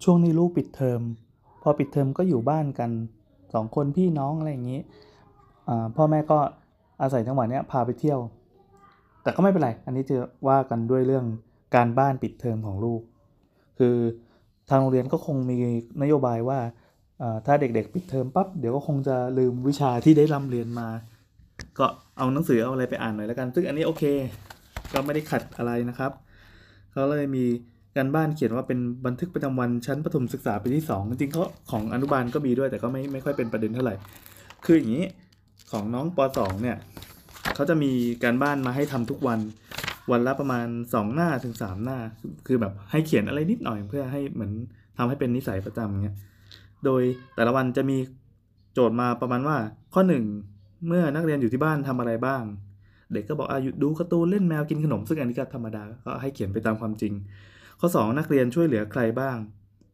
ช่วงนี้ลูกปิดเทอมพอปิดเทอมก็อยู่บ้านกัน2 คนพี่น้องอะไรอย่างนี้พ่อแม่ก็อาศัยจังหวะเนี้ยพาไปเที่ยวแต่ก็ไม่เป็นไรอันนี้จะว่ากันด้วยเรื่องการบ้านปิดเทอมของลูกคือทางโรงเรียนก็คงมีนโยบายว่าถ้าเด็กๆปิดเทอมปั๊บเดี๋ยวก็คงจะลืมวิชาที่ได้ร่ำเรียนมาก็เอาหนังสือเอาอะไรไปอ่านหน่อยแล้วกันซึ่งอันนี้โอเคก็ไม่ได้ขัดอะไรนะครับเขาเลยมีการบ้านเขียนว่าเป็นบันทึกประจำวันชั้นประถมศึกษาปีที่2จริงๆเขาของอนุบาลก็มีด้วยแต่ก็ไม่ค่อยเป็นประเด็นเท่าไหร่คืออย่างนี้ของน้องป .2 เนี่ยเขาจะมีการบ้านมาให้ทำทุกวันวันละประมาณ2 หน้าถึง3 หน้าคือแบบให้เขียนอะไรนิดหน่อยเพื่อให้เหมือนทำให้เป็นนิสัยประจำเงี้ยโดยแต่ละวันจะมีโจทย์มาประมาณว่าข้อ1เมื่อนักเรียนอยู่ที่บ้านทำอะไรบ้างเด็กก็บอกดูการ์ตูนเล่นแมวกินขนมซึ่งอันนี้ก็ธรรมดาก็ให้เขียนไปตามความจริงข้อ2นักเรียนช่วยเหลือใครบ้าง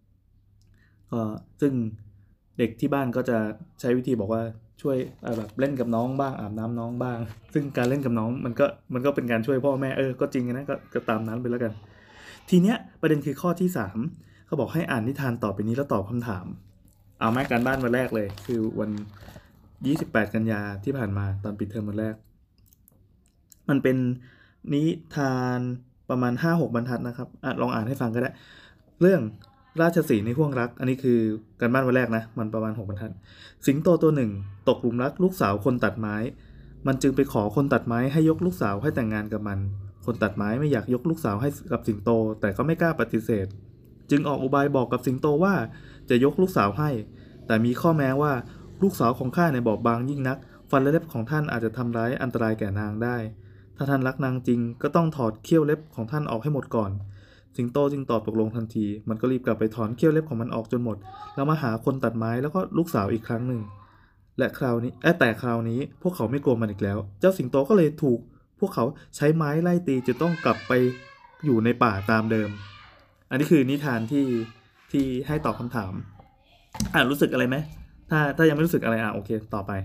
ซึ่งเด็กที่บ้านก็จะใช้วิธีบอกว่าช่วยแบบเล่นกับน้องบ้างอาบน้ำน้องบ้างซึ่งการเล่นกับน้องมันก็เป็นการช่วยพ่อแม่ก็จริงนะก็ตามนั้นไปแล้วกันทีเนี้ยประเด็นคือข้อที่3เขาบอกให้อ่านนิทานต่อไปนี้แล้วตอบคำถามเอาไหมการบ้านวันแรกเลยคือวัน28กันยาที่ผ่านมาตอนปิดเทอมวันแรกมันเป็นนิทานประมาณ 5-6 บรรทัดนะครับลองอ่านให้ฟังก็ได้เรื่องราชสีห์ในห้วงรักอันนี้คือการบ้านวันแรกนะมันประมาณ6 บรรทัดสิงโตตัวหนึ่งตกหลุมรักลูกสาวคนตัดไม้มันจึงไปขอคนตัดไม้ให้ยกลูกสาวให้แต่งงานกับมันคนตัดไม้ไม่อยากยกลูกสาวให้กับสิงโตแต่ก็ไม่กล้าปฏิเสธจึงออกอุบายบอกกับสิงโตว่าจะยกลูกสาวให้แต่มีข้อแม้ว่าลูกสาวของข้าเนี่ยบอบบางยิ่งนักฟันและเล็บของท่านอาจจะทำร้ายอันตรายแก่นางได้ถ้าท่านรักนางจริงก็ต้องถอดเขี้ยวเล็บของท่านออกให้หมดก่อนสิงโตจึงตอบตกลงทันทีมันก็รีบกลับไปถอนเขี้ยวเล็บของมันออกจนหมดแล้วมาหาคนตัดไม้แล้วก็ลูกสาวอีกครั้งหนึ่งแต่คราวนี้พวกเขาไม่กลัวมันอีกแล้วเจ้าสิงโตก็เลยถูกพวกเขาใช้ไม้ไล่ตีจนต้องกลับไปอยู่ในป่าตามเดิมอันนี้คือนิทานที่ให้ตอบคำถามรู้สึกอะไรไหมถ้ายังไม่รู้สึกอะไรโอเคต่อไป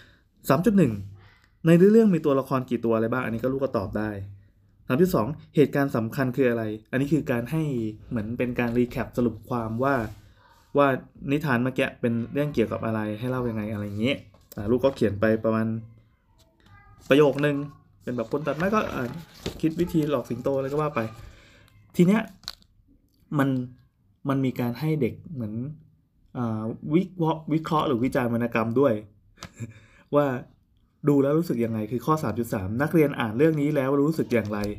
3.1 ในเรื่องมีตัวละครกี่ตัวอะไรบ้างอันนี้ก็ลูกก็ตอบได้3.2เหตุการณ์สำคัญคืออะไรอันนี้คือการให้เหมือนเป็นการรีแคปสรุปความว่านิทานเมื่อกี้เป็นเรื่องเกี่ยวกับอะไรให้เล่ายังไงอะไรอย่างเงี้ยลูกก็เขียนไปประมาณประโยคนึงเป็นแบบคนตัดไม้ก็คิดวิธีหลอกสิงโตอะไรก็ว่าไปทีเนี้ยมันมีการให้เด็กเหมือนวิเคราะห์หรือวิจารณ์วรรณกรรมด้วย ว่าดูแล้วรู้สึกยังไงคือข้อ 3.3 นักเรียนอ่านเรื่องนี้แล้วรู้สึกอย่างไร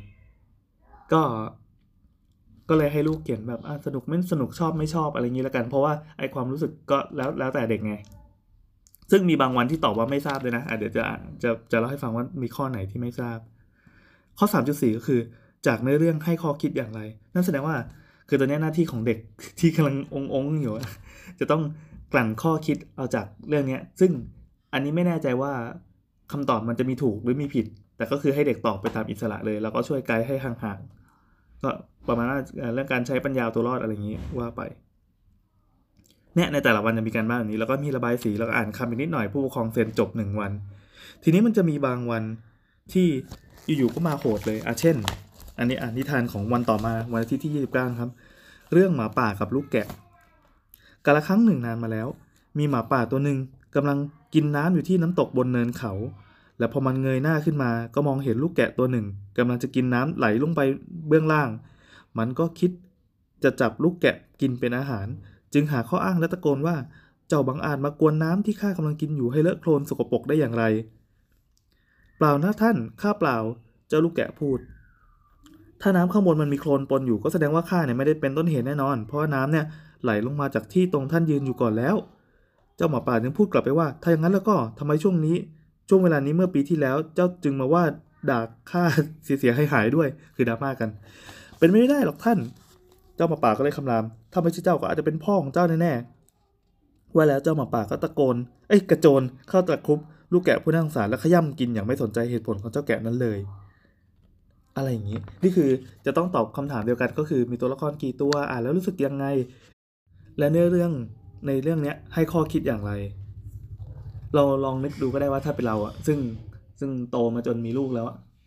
ก็เลยให้ลูกเขียนแบบสนุกไม่สนุกชอบไม่ชอบอะไรอย่างนี้แล้วกันเพราะว่าไอความรู้สึกก็แล้วแต่เด็กไงซึ่งมีบางวันที่ตอบว่าไม่ทราบเลยนะเดี๋ยวจะเล่าให้ฟังว่ามีข้อไหนที่ไม่ทราบข้อ 3.4 ก็คือจากเนื้อเรื่องให้ข้อคิดอย่างไรนั่นแสดงว่าคือตัวนี้หน้าที่ของเด็กที่กำลังองค์อยู่จะต้องกลั่นข้อคิดเอาจากเรื่องนี้ซึ่งอันนี้ไม่แน่ใจว่าคำตอบมันจะมีถูกหรือมีผิดแต่ก็คือให้เด็กตอบไปตามอิสระเลยแล้วก็ช่วยไกด์ให้ห่างๆก็ประมาณว่าเรื่องการใช้ปัญญาตัวรอดอะไรอย่างนี้ว่าไปเนี่ยในแต่ละวันจะมีการบ้านแบบนี้แล้วก็มีระบายสีแล้วก็อ่านคำอีกนิดหน่อยผู้ปกครองเซ็นจบ1 วันทีนี้มันจะมีบางวันที่อยู่ๆก็มาโหดเลยเช่นอันนี้นิทานของวันต่อมาวันอาทิตย์ที่29ครับเรื่องหมาป่ากับลูกแกะกาลครั้งหนึ่งนานมาแล้วมีหมาป่าตัวหนึ่งกำลังกินน้ำอยู่ที่น้ำตกบนเนินเขาและพอมันเงยหน้าขึ้นมาก็มองเห็นลูกแกะตัวหนึ่งกำลังจะกินน้ำไหลลงไปเบื้องล่างมันก็คิดจะจับลูกแกะกินเป็นอาหารจึงหาข้ออ้างและตะโกนว่าเจ้าบังอาจมากวนน้ำที่ข้ากำลังกินอยู่ให้เลอะโคลนสกปรกได้อย่างไรเปล่านะท่านข้าเปล่าเจ้าลูกแกะพูดถ้าน้ำข้างบนมันมีโคลนปนอยู่ก็แสดงว่าข้าเนี่ยไม่ได้เป็นต้นเหตุแน่นอนเพราะว่าน้ำเนี่ยไหลลงมาจากที่ตรงท่านยืนอยู่ก่อนแล้วเจ้าหมาป่าจึงพูดกลับไปว่าถ้าอย่างนั้นแล้วก็ทำไมช่วงเวลานี้เมื่อปีที่แล้วเจ้าจึงมาว่าด่าข้าเสียหายด้วยคือดราม่ากันเป็นไม่ได้หรอกท่านเจ้าหมาป่าก็เลยคำรามถ้าไม่ใช่เจ้าก็อาจจะเป็นพ่อของเจ้าแน่ๆว่าแล้วเจ้าหมาป่าก็ตะโกนกระโจนเข้าตะครุบลูกแกะผู้น่าสงสารและขย่ำกินอย่างไม่สนใจเหตุผลของเจ้าแกะนั้นเลยอะไรอย่างนี้นี่คือจะต้องตอบคำถามเดียวกันก็คือมีตัวละครกี่ตัวแล้วรู้สึกยังไงและเนื้อเรื่องในเรื่องนี้ให้ข้อคิดอย่างไรเราลองนึกดูก็ได้ว่าถ้าเป็นเราซึ่งโตมาจนมีลูกแล้ว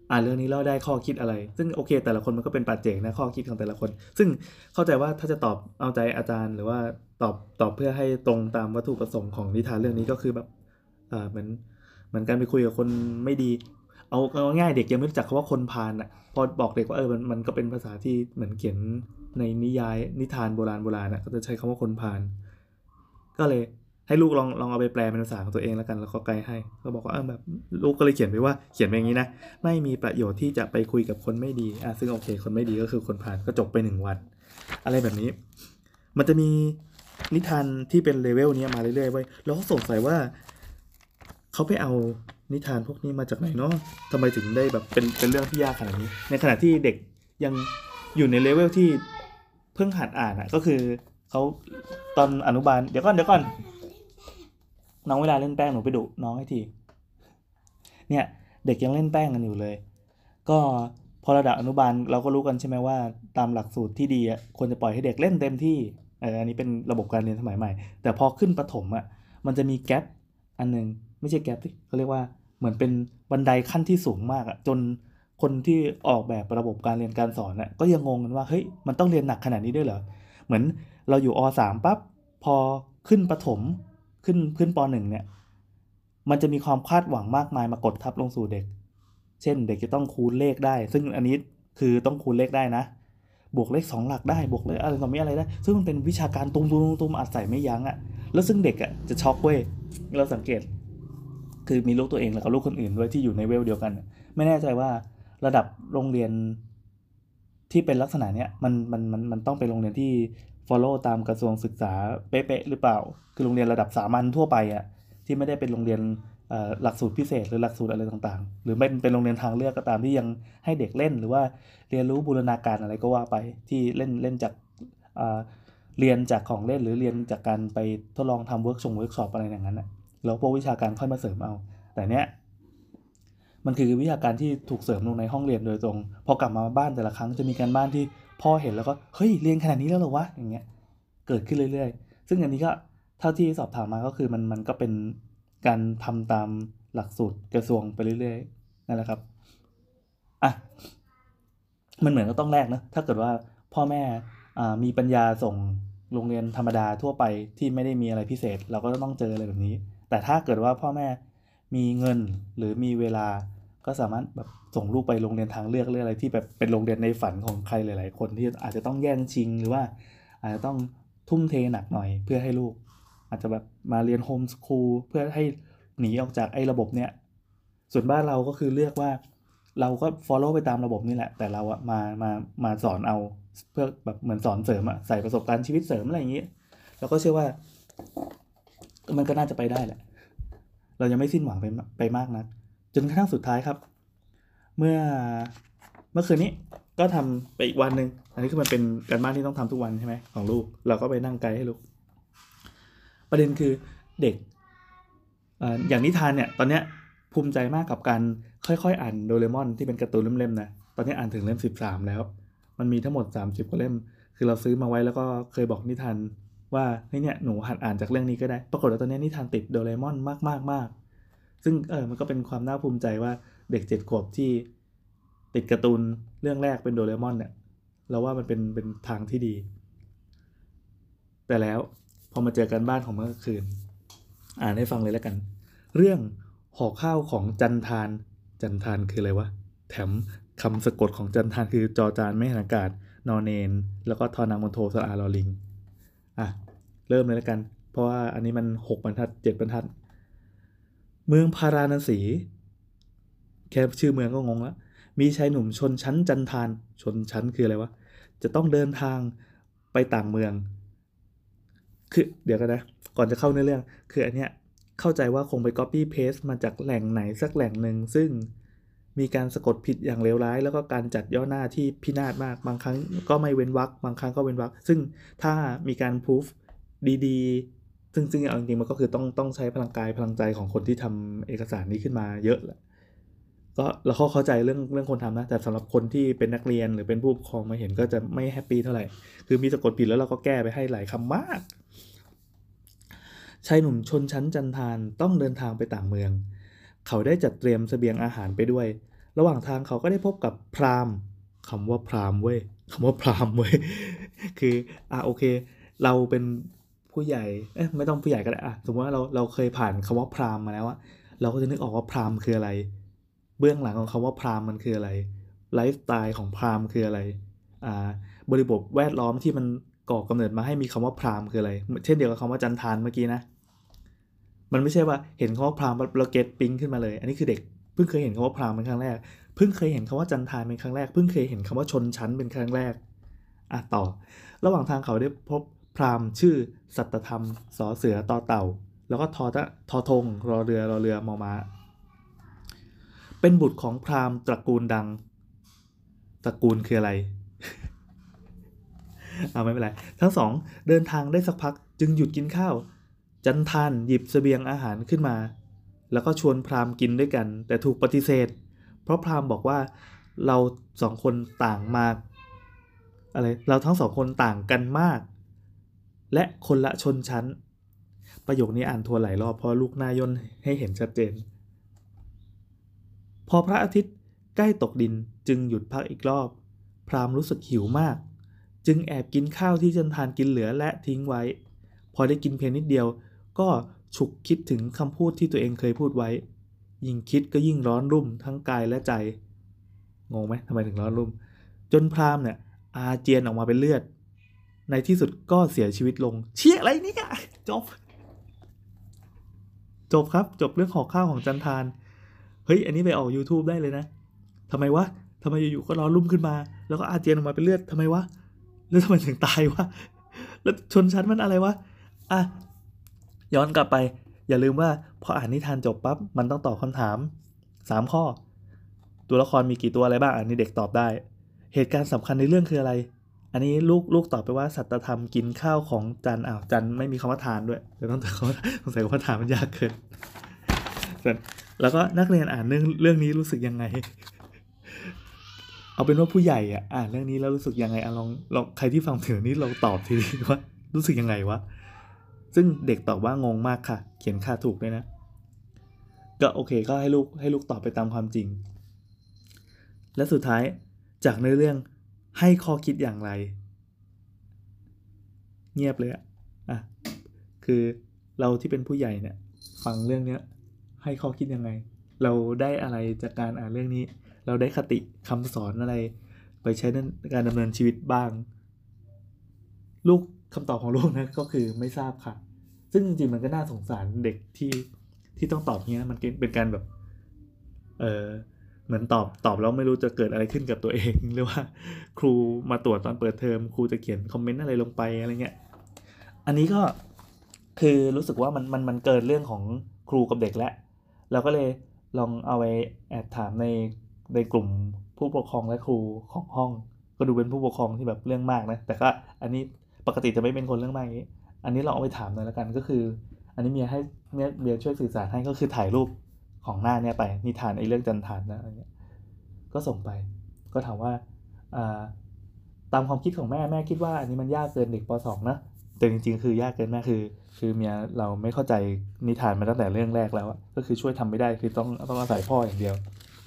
เรื่องนี้แล้วได้ข้อคิดอะไรซึ่งโอเคแต่ละคนมันก็เป็นปัจเจกนะข้อคิดของแต่ละคนซึ่งเข้าใจว่าถ้าจะตอบเอาใจอาจารย์หรือว่าตอบเพื่อให้ตรงตามวัตถุประสงค์ของนิทานเรื่องนี้ก็คือแบบเหมือนการไปคุยกับคนไม่ดีเอาง่ายเด็กยังไม่รู้จักคำว่าคนพาลอ่ะพอบอกเด็กว่ามันก็เป็นภาษาที่เหมือนเขียนในนิยายนิทานโบราณอ่ะก็จะใช้คำว่าคนพาลก็เลยให้ลูกลองเอาไปแปลเป็นภาษาของตัวเองแล้วกันแล้วก็ไกด์ให้ก็บอกว่าแบบลูกก็เลยเขียนไปอย่างนี้นะไม่มีประโยชน์ที่จะไปคุยกับคนไม่ดีซึ่งโอเคคนไม่ดีก็คือคนพาลก็จบไป1 วันอะไรแบบนี้มันจะมีนิทานที่เป็นเลเวลนี้มาเรื่อยๆไว้แล้วก็สงสัยว่าเขาไปเอานิทานพวกนี้มาจากไหนเนาะทำไมถึงได้แบบเป็นเรื่องที่ยากขนาดนี้ในขณะที่เด็กยังอยู่ในเลเวลที่เพิ่งหัดอ่านก็คือเขาตอนอนุบาลเดี๋ยวก่อนน้องเวลาเล่นแป้งหนูไปดุน้องให้ทีเนี่ยเด็กยังเล่นแป้งกันอยู่เลยก็พอระดับอนุบาลเราก็รู้กันใช่ไหมว่าตามหลักสูตรที่ดีควรจะปล่อยให้เด็กเล่นเต็มที่อันนี้เป็นระบบการเรียนสมัยใหม่แต่พอขึ้นประถมมันจะมีแกปอันนึงไม่ใช่แกปที่เขาเรียกว่าเหมือนเป็นบันไดขั้นที่สูงมากจนคนที่ออกแบบระบบการเรียนการสอนก็ยังงงกันว่าเฮ้ยมันต้องเรียนหนักขนาดนี้ด้วยเหรอเหมือนเราอยู่อ.3 ปั๊บพอขึ้นประถมขึ้นป.1 เนี่ยมันจะมีความคาดหวังมากมายมากดทับลงสู่เด็กเช่นเด็กจะต้องคูณเลขได้ซึ่งอันนี้คือต้องคูณเลขได้นะบวกเลข2 หลักได้บวกเลขอะไรต่อมีอะไรได้ซึ่งมันเป็นวิชาการตุ้มอัดใส่ไม่ยั้งแล้วซึ่งเด็กจะช็อกเว้ยเราสังเกตคือมีลูกตัวเองแล้วก็ลูกคนอื่นด้วยที่อยู่ในเวลเดียวกันไม่แน่ใจว่าระดับโรงเรียนที่เป็นลักษณะเนี้ยมันต้องเป็นโรงเรียนที่ follow ตามกระทรวงศึกษาเป๊ะๆหรือเปล่าคือโรงเรียนระดับสามัญทั่วไปที่ไม่ได้เป็นโรงเรียนหลักสูตรพิเศษหรือหลักสูตรอะไรต่างๆหรือไม่เป็นโรงเรียนทางเลือกก็ตามที่ยังให้เด็กเล่นหรือว่าเรียนรู้บูรณาการอะไรก็ว่าไปที่เล่นจากเรียนจากของเล่นหรือเรียนจากการไปทดลองทำเวิร์กช็อปอะไรอย่างนั้นแล้วพวกวิชาการค่อยมาเสริมเอาแต่เนี้ยมันคือวิชาการที่ถูกเสริมลงในห้องเรียนโดยตรงพอกลับมาบ้านแต่ละครั้งจะมีการบ้านที่พ่อเห็นแล้วก็เฮ้ยเรียนขนาดนี้แล้วเหรอวะอย่างเงี้ยเกิดขึ้นเรื่อยๆซึ่งอันนี้ก็เท่าที่สอบถามมาก็คือมันก็เป็นการทำตามหลักสูตรกระทรวงไปเรื่อยๆนั่นแหละครับมันเหมือนก็ต้องแลกนะถ้าเกิดว่าพ่อแม่มีปัญญาส่งโรงเรียนธรรมดาทั่วไปที่ไม่ได้มีอะไรพิเศษเราก็ต้องเจออะไรแบบนี้แต่ถ้าเกิดว่าพ่อแม่มีเงินหรือมีเวลาก็สามารถแบบส่งลูกไปโรงเรียนทางเลือกหรืออะไรที่แบบเป็นโรงเรียนในฝันของใครหลายๆคนที่อาจจะต้องแย่งชิงหรือว่าอาจจะต้องทุ่มเทหนักหน่อยเพื่อให้ลูกอาจจะแบบมาเรียนโฮมสคูลเพื่อให้หนีออกจากไอ้ระบบเนี้ยส่วนบ้านเราก็คือเลือกว่าเราก็ follow ไปตามระบบนี่แหละแต่เรามาสอนเอาเพื่อแบบเหมือนสอนเสริมใส่ประสบการณ์ชีวิตเสริมอะไรอย่างนี้แล้วก็เชื่อว่ามันก็น่าจะไปได้แหละเรายังไม่สิ้นหวังไปมากนักจนกระทั่งสุดท้ายครับเมื่อคืนนี้ก็ทำไปอีกวันนึงอันนี้คือมันเป็นการบ้านที่ต้องทำทุกวันใช่ไหมของลูกเราก็ไปนั่งไกด์ให้ลูกประเด็นคือเด็กอย่างนิทานเนี่ยตอนเนี้ยภูมิใจมากกับการค่อยๆอ่านโดเรมอนที่เป็นการ์ตูนเล่มๆนะตอนนี้อ่านถึงเล่ม13แล้วมันมีทั้งหมด30 กว่าเล่มคือเราซื้อมาไว้แล้วก็เคยบอกนิทานว่าเฮ้ยเนี่ยหนูหัดอ่านจากเรื่องนี้ก็ได้ปรากฏว่าตอนนี้นิทานติดโดเรมอนมากซึ่งมันก็เป็นความน่าภูมิใจว่าเด็ก7 ขวบที่ติดการ์ตูนเรื่องแรกเป็นโดเรมอนเนี่ยเราว่ามันเป็นทางที่ดีแต่แล้วพอมาเจอกันบ้านของเมื่อคืนอ่านให้ฟังเลยแล้วกันเรื่องห่อข้าวของจันทานคืออะไรวะแถมคำสะกดของจันทานคือจอจานไม่หันอากาศนอนเนนแล้วก็ทอนางมณโทสระอาลอลิงเริ่มเลยแล้วกันเพราะว่าอันนี้มัน6 บรรทัด7 บรรทัดเมืองพาราณสีแค่ชื่อเมืองก็งงแล้วมีชายหนุ่มชนชั้นจันทานชนชั้นคืออะไรวะจะต้องเดินทางไปต่างเมืองคือเดี๋ยวกันนะก่อนจะเข้าเนื้อเรื่องคืออันเนี้ยเข้าใจว่าคงไป copy paste มาจากแหล่งไหนสักแหล่งหนึ่งซึ่งมีการสะกดผิดอย่างเลวร้ายแล้วก็การจัดย่อหน้าที่พินาศมากบางครั้งก็ไม่เว้นวรรคบางครั้งก็เว้นวรรคซึ่งถ้ามีการพิสูจดีๆซึ่งเอาจริงๆมันก็คือต้องใช้พลังกายพลังใจของคนที่ทำเอกสารนี้ขึ้นมาเยอะแหละก็เราเข้าใจเรื่องคนทำนะแต่สำหรับคนที่เป็นนักเรียนหรือเป็นผู้ปกครองมาเห็นก็จะไม่แฮปปี้เท่าไหร่คือมีสะกดผิดแล้วเราก็แก้ไปให้หลายคำมากชายหนุ่มชนชั้นจันทานต้องเดินทางไปต่างเมืองเขาได้จัดเตรียมเสบียงอาหารไปด้วยระหว่างทางเขาก็ได้พบกับพราหมณ์คำว่าพราหมณ์เว้ยคำว่าพราหมณ์เว้ย คือโอเค เราเป็นผู้ใหญ่ไม่ต้องผู้ใหญ่ก็ได้สมมติว่าเราเคยผ่านคำว่าพราหมณ์มาแล้วอะเราก็จะนึกออกว่าพราหมณ์คืออะไร เบื้องหลังของคำว่าพราหมณ์มันคืออะไรไลฟ์สไตล์ของพราหมณ์คืออะไรบริบทแวดล้อมที่มันก่อกำเนิดมาให้มีคำว่าพราหมณ์คืออะไรเช่นเดียวกับคำว่าจันทานเมื่อกี้นะมันไม่ใช่ว่าเห็นคำว่าพราหมณ์เราเก็ตปิ๊งขึ้นมาเลยอันนี้คือเด็กเพิ่งเคยเห็นคำว่าพราหมณ์เป็นครั้งแรกเพิ่งเคยเห็นคำว่าจันทานเป็นครั้งแรกเพิ่งเคยเห็นคำว่าชนชั้นเป็นครั้งแรกต่อระหว่างทางเขาได้พบพราหมณ์ชื่อสัตธรรมสอเสือต่อเต่าแล้วก็ทอธงรอเรือมอม้าเป็นบุตรของพราหมณ์ตระกูลดังตระกูลคืออะไร ไม่เป็นไรทั้งสองเดินทางได้สักพักจึงหยุดกินข้าวจันทานหยิบเสบียงอาหารขึ้นมาแล้วก็ชวนพราหมณ์กินด้วยกันแต่ถูกปฏิเสธเพราะพราหมณ์บอกว่าเราสองคนต่างมากเราทั้งสองคนต่างกันมากและคนละชนชั้นประโยคนี้อ่านทวนหลายรอบเพราะลูกหน้าย่นให้เห็นชัดเจนพอพระอาทิตย์ใกล้ตกดินจึงหยุดพักอีกรอบพราหมณ์รู้สึกหิวมากจึงแอบกินข้าวที่จันทานกินเหลือและทิ้งไว้พอได้กินเพียงนิดเดียวก็ฉุกคิดถึงคำพูดที่ตัวเองเคยพูดไว้ยิ่งคิดก็ยิ่งร้อนรุ่มทั้งกายและใจงงไหมทำไมถึงร้อนรุ่มจนพราหมณ์เนี่ยอาเจียนออกมาเป็นเลือดในที่สุดก็เสียชีวิตลงเชี่ยอะไรนี่อะจบครับจบเรื่องห่อข้าวของจันทานเฮ้ยอันนี้ไปออก YouTube ได้เลยนะทำไมวะทำไมอยู่ๆก็ร้อนรุ่มขึ้นมาแล้วก็อาเจียนออกมาเป็นเลือดทำไมวะแล้วทำไมถึงตายวะแล้วชนชั้นมันอะไรวะย้อนกลับไปอย่าลืมว่าพออ่านนิทานจบปั๊บมันต้องตอบคำถาม3ข้อตัวละครมีกี่ตัวอะไรบ้างอันนี้เด็กตอบได้เหตุการณ์สำคัญในเรื่องคืออะไรอันนี้ลูกตอบไปว่าสัตธรรมกินข้าวของจันจันไม่มีคำว่าทานด้วยเดี๋ยวต้องแต่เขาสงสัยว่าทานมันยากเกินแล้วก็นักเรียนอ่านเรื่องนี้รู้สึกยังไงเอาเป็นว่าผู้ใหญ่อ่านเรื่องนี้แล้วรู้สึกยังไงลองใครที่ฟังถึงนี้ลองตอบทีว่ารู้สึกยังไงวะซึ่งเด็กตอบว่างงมากค่ะเขียนค่าถูกด้วยนะก็โอเคก็ให้ลูกตอบไปตามความจริงและสุดท้ายจากในเรื่องให้ข้อคิดอย่างไรเงียบเลยคือเราที่เป็นผู้ใหญ่เนี่ยฟังเรื่องนี้ให้ข้อคิดยังไงเราได้อะไรจากการอ่านเรื่องนี้เราได้คติคำสอนอะไรไปใช้ในการดำเนินชีวิตบ้างลูกคำตอบของลูกนะก็คือไม่ทราบค่ะซึ่งจริงๆมันก็น่าสงสารเด็กที่ต้องตอบเงี้ยมันเป็นการแบบเหมือนตอบแล้วไม่รู้จะเกิดอะไรขึ้นกับตัวเองหรือว่าครูมาตรวจตอนเปิดเทอมครูจะเขียนคอมเมนต์อะไรลงไปอะไรเงี้ยอันนี้ก็คือรู้สึกว่ามันเกินเรื่องของครูกับเด็กแล้วเราก็เลยลองเอาไปแอบถามในกลุ่มผู้ปกครองและครูของห้องก็ดูเป็นผู้ปกครองที่แบบเรื่องมากนะแต่ก็อันนี้ปกติจะไม่เป็นคนเรื่องมากอย่างนี้อันนี้เราเอาไปถามหน่อยแล้วกันก็คืออันนี้เมียช่วยสื่อสารให้ก็คือถ่ายรูปของหน้าเนี่ยไปนิทานไอ้เรื่องจันทานนะอะไรเงี้ยก็ส่งไปก็ถามว่าตามความคิดของแม่คิดว่าอันนี้มันยากเกินเด็กป .2 นะแต่จริงๆคือยากเกินมากคือเมียเราไม่เข้าใจนิทานมาตั้งแต่เรื่องแรกแล้วก็คือช่วยทำไม่ได้คือต้องอาศัยพ่ออย่างเดียว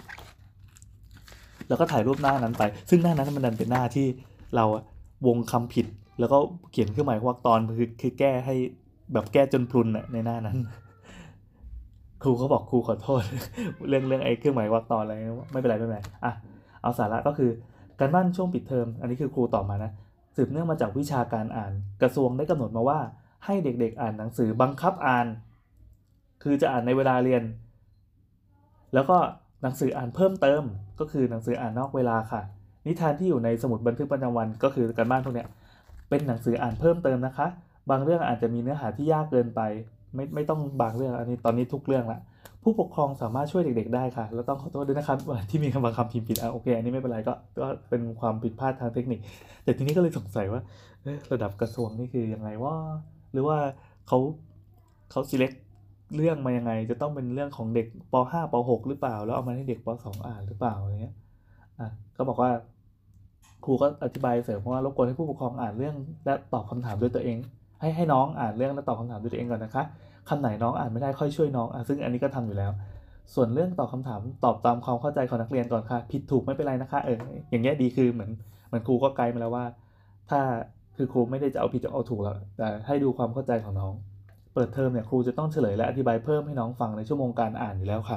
แล้วก็ถ่ายรูปหน้านั้นไปซึ่งหน้านั้นมันดันเป็นหน้าที่เราวงคำผิดแล้วก็เขียนเครื่องหมายวรรคตอนคือแก้ให้แบบแก้จนพรุนในหน้านั้นครูเขาบอกครูขอโทษเรื่องไอ้เครื่องหมายวรรคตอนอะไรไม่เป็นไรเอาสาระก็คือการบ้านช่วงปิดเทอมอันนี้คือครูตอบมานะสืบเนื่องมาจากวิชาการอ่านกระทรวงได้กำหนดมาว่าให้เด็กๆอ่านหนังสือบังคับอ่านคือจะอ่านในเวลาเรียนแล้วก็หนังสืออ่านเพิ่มเติมก็คือหนังสืออ่านนอกเวลาค่ะนิทานที่อยู่ในสมุดบันทึกประจำวันก็คือการบ้านพวกเนี้ยเป็นหนังสืออ่านเพิ่มเติมนะคะบางเรื่องอาจจะมีเนื้อหาที่ยากเกินไปไม่ต้องบางเรื่องอันนี้ตอนนี้ทุกเรื่องละผู้ปกครองสามารถช่วยเด็กๆได้ค่ะแล้วต้องขอโทษด้วยนะครับที่มีบางคำพิมพ์ผิดโอเคอันนี้ไม่เป็นไรก็เป็นความผิดพลาดทางเทคนิคแต่ทีนี้ก็เลยสงสัยว่าระดับกระทรวงนี่คือยังไงว่าหรือว่าเขา select เรื่องมายังไงจะต้องเป็นเรื่องของเด็กป .5 ป .6 หรือเปล่าแล้วเอามาให้เด็กป .2 อ่านหรือเปล่าอะไรเงี้ยก็บอกว่าครูก็อธิบายเสริมว่ารบกวนให้ผู้ปกครองอ่านเรื่องและตอบคำถามด้วยตัวเองให้น้องอ่านเรื่องและตอบคำถามด้วยตัวเองก่อนนะคะคำไหนน้องอ่านไม่ได้ค่อยช่วยน้องซึ่งอันนี้ก็ทำอยู่แล้วส่วนเรื่องตอบคำถามตอบตามความเข้าใจของนักเรียนก่อนค่ะผิดถูกไม่เป็นไรนะคะอย่างเงี้ยดีคือเหมือนครูก็ไกด์มาแล้วว่าถ้าคือครูไม่ได้จะเอาผิดจะเอาถูกแล้วแต่ให้ดูความเข้าใจของน้องเปิดเทอมเนี่ยครูจะต้องเฉลยและอธิบายเพิ่มให้น้องฟังในชั่วโมงการอ่านอยู่แล้วค่ะ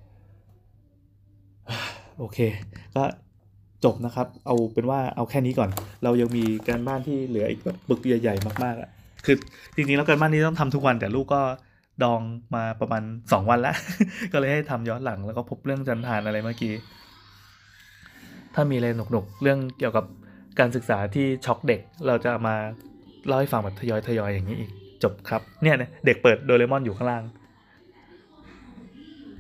โอเคก็จบนะครับเอาเป็นว่าเอาแค่นี้ก่อนเรายังมีการบ้านที่เหลืออีกแบบปึกใหญ่ๆมากๆอ่ะคือจริงๆแล้วการบ้านนี้ต้องทำทุกวันแต่ลูกก็ดองมาประมาณ2 วันแล้ว ก็เลยให้ทำย้อนหลังแล้วก็พบเรื่องจันทานอะไรเมื่อกี้ถ้ามีอะไรหนุกๆเรื่องเกี่ยวกับการศึกษาที่ช็อกเด็กเราจะมาเล่าให้ฟังแบบทยอยๆอย่างนี้อีกจบครับเนี่ยเด็กเปิดโดเรมอนอยู่ข้างล่าง